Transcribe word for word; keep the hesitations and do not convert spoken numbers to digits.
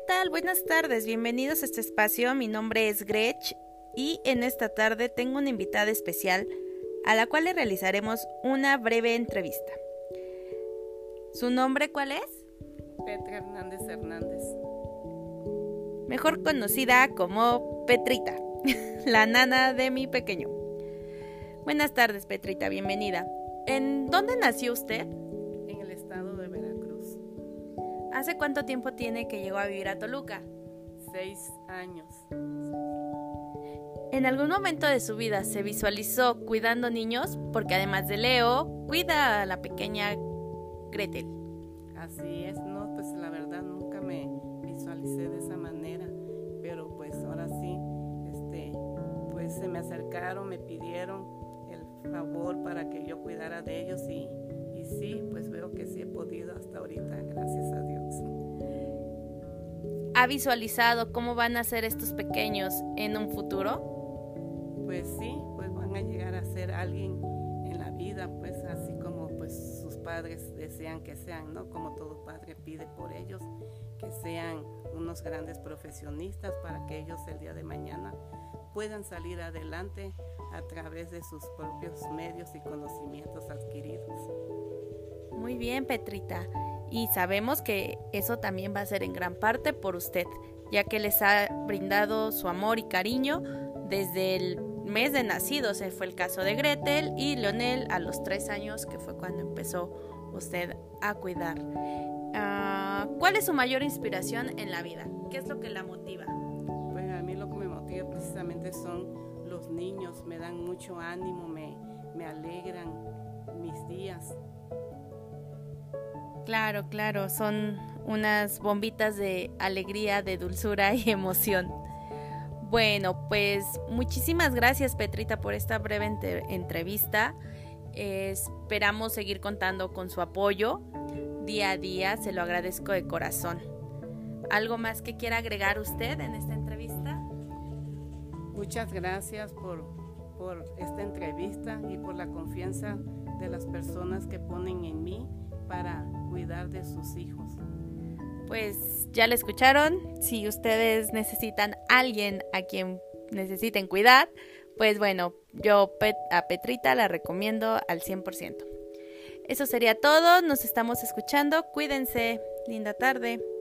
tal? Buenas tardes, bienvenidos a este espacio. Mi nombre es Gretch y en esta tarde tengo una invitada especial a la cual le realizaremos una breve entrevista. ¿Su nombre cuál es? Petra Hernández Hernández. Mejor conocida como Petrita, la nana de mi pequeño. Buenas tardes, Petrita, bienvenida. ¿En dónde nació usted? En el estado de Veracruz. ¿Hace cuánto tiempo tiene que llegó a vivir a Toluca? Seis años. ¿En algún momento de su vida se visualizó cuidando niños? Porque además de Leo, cuida a la pequeña Gretel. Así es, no, pues la verdad nunca me visualicé de esa manera, pero pues ahora sí, este, pues se me acercaron, me pidieron el favor para que yo cuidara de ellos y, y sí, pues veo que sí he podido hasta ahorita, gracias a Dios. ¿Ha visualizado cómo van a ser estos pequeños en un futuro? Pues sí, pues van a llegar a ser alguien en la vida, pues así como pues sus padres desean que sean, ¿no? Como todo padre pide por ellos, que sean unos grandes profesionistas para que ellos el día de mañana puedan salir adelante a través de sus propios medios y conocimientos adquiridos. Muy bien, Petrita. Y sabemos que eso también va a ser en gran parte por usted, ya que les ha brindado su amor y cariño desde el mes de nacidos. Ese fue el caso de Gretel y Leonel a los tres años, que fue cuando empezó usted a cuidar. Uh, ¿Cuál es su mayor inspiración en la vida? ¿Qué es lo que la motiva? Pues a mí lo que me motiva precisamente son los niños, me dan mucho ánimo, me, me alegran mis días. Claro, claro, son unas bombitas de alegría, de dulzura y emoción. Bueno, pues muchísimas gracias, Petrita, por esta breve ente- entrevista. Eh, esperamos seguir contando con su apoyo día a día, se lo agradezco de corazón. ¿Algo más que quiera agregar usted en esta entrevista? Muchas gracias por, por esta entrevista y por la confianza de las personas que ponen en mí para cuidar de sus hijos. Pues ya la escucharon, si ustedes necesitan a alguien a quien necesiten cuidar, pues bueno, yo a Petrita la recomiendo al cien por ciento. Eso sería todo, nos estamos escuchando, cuídense, linda tarde.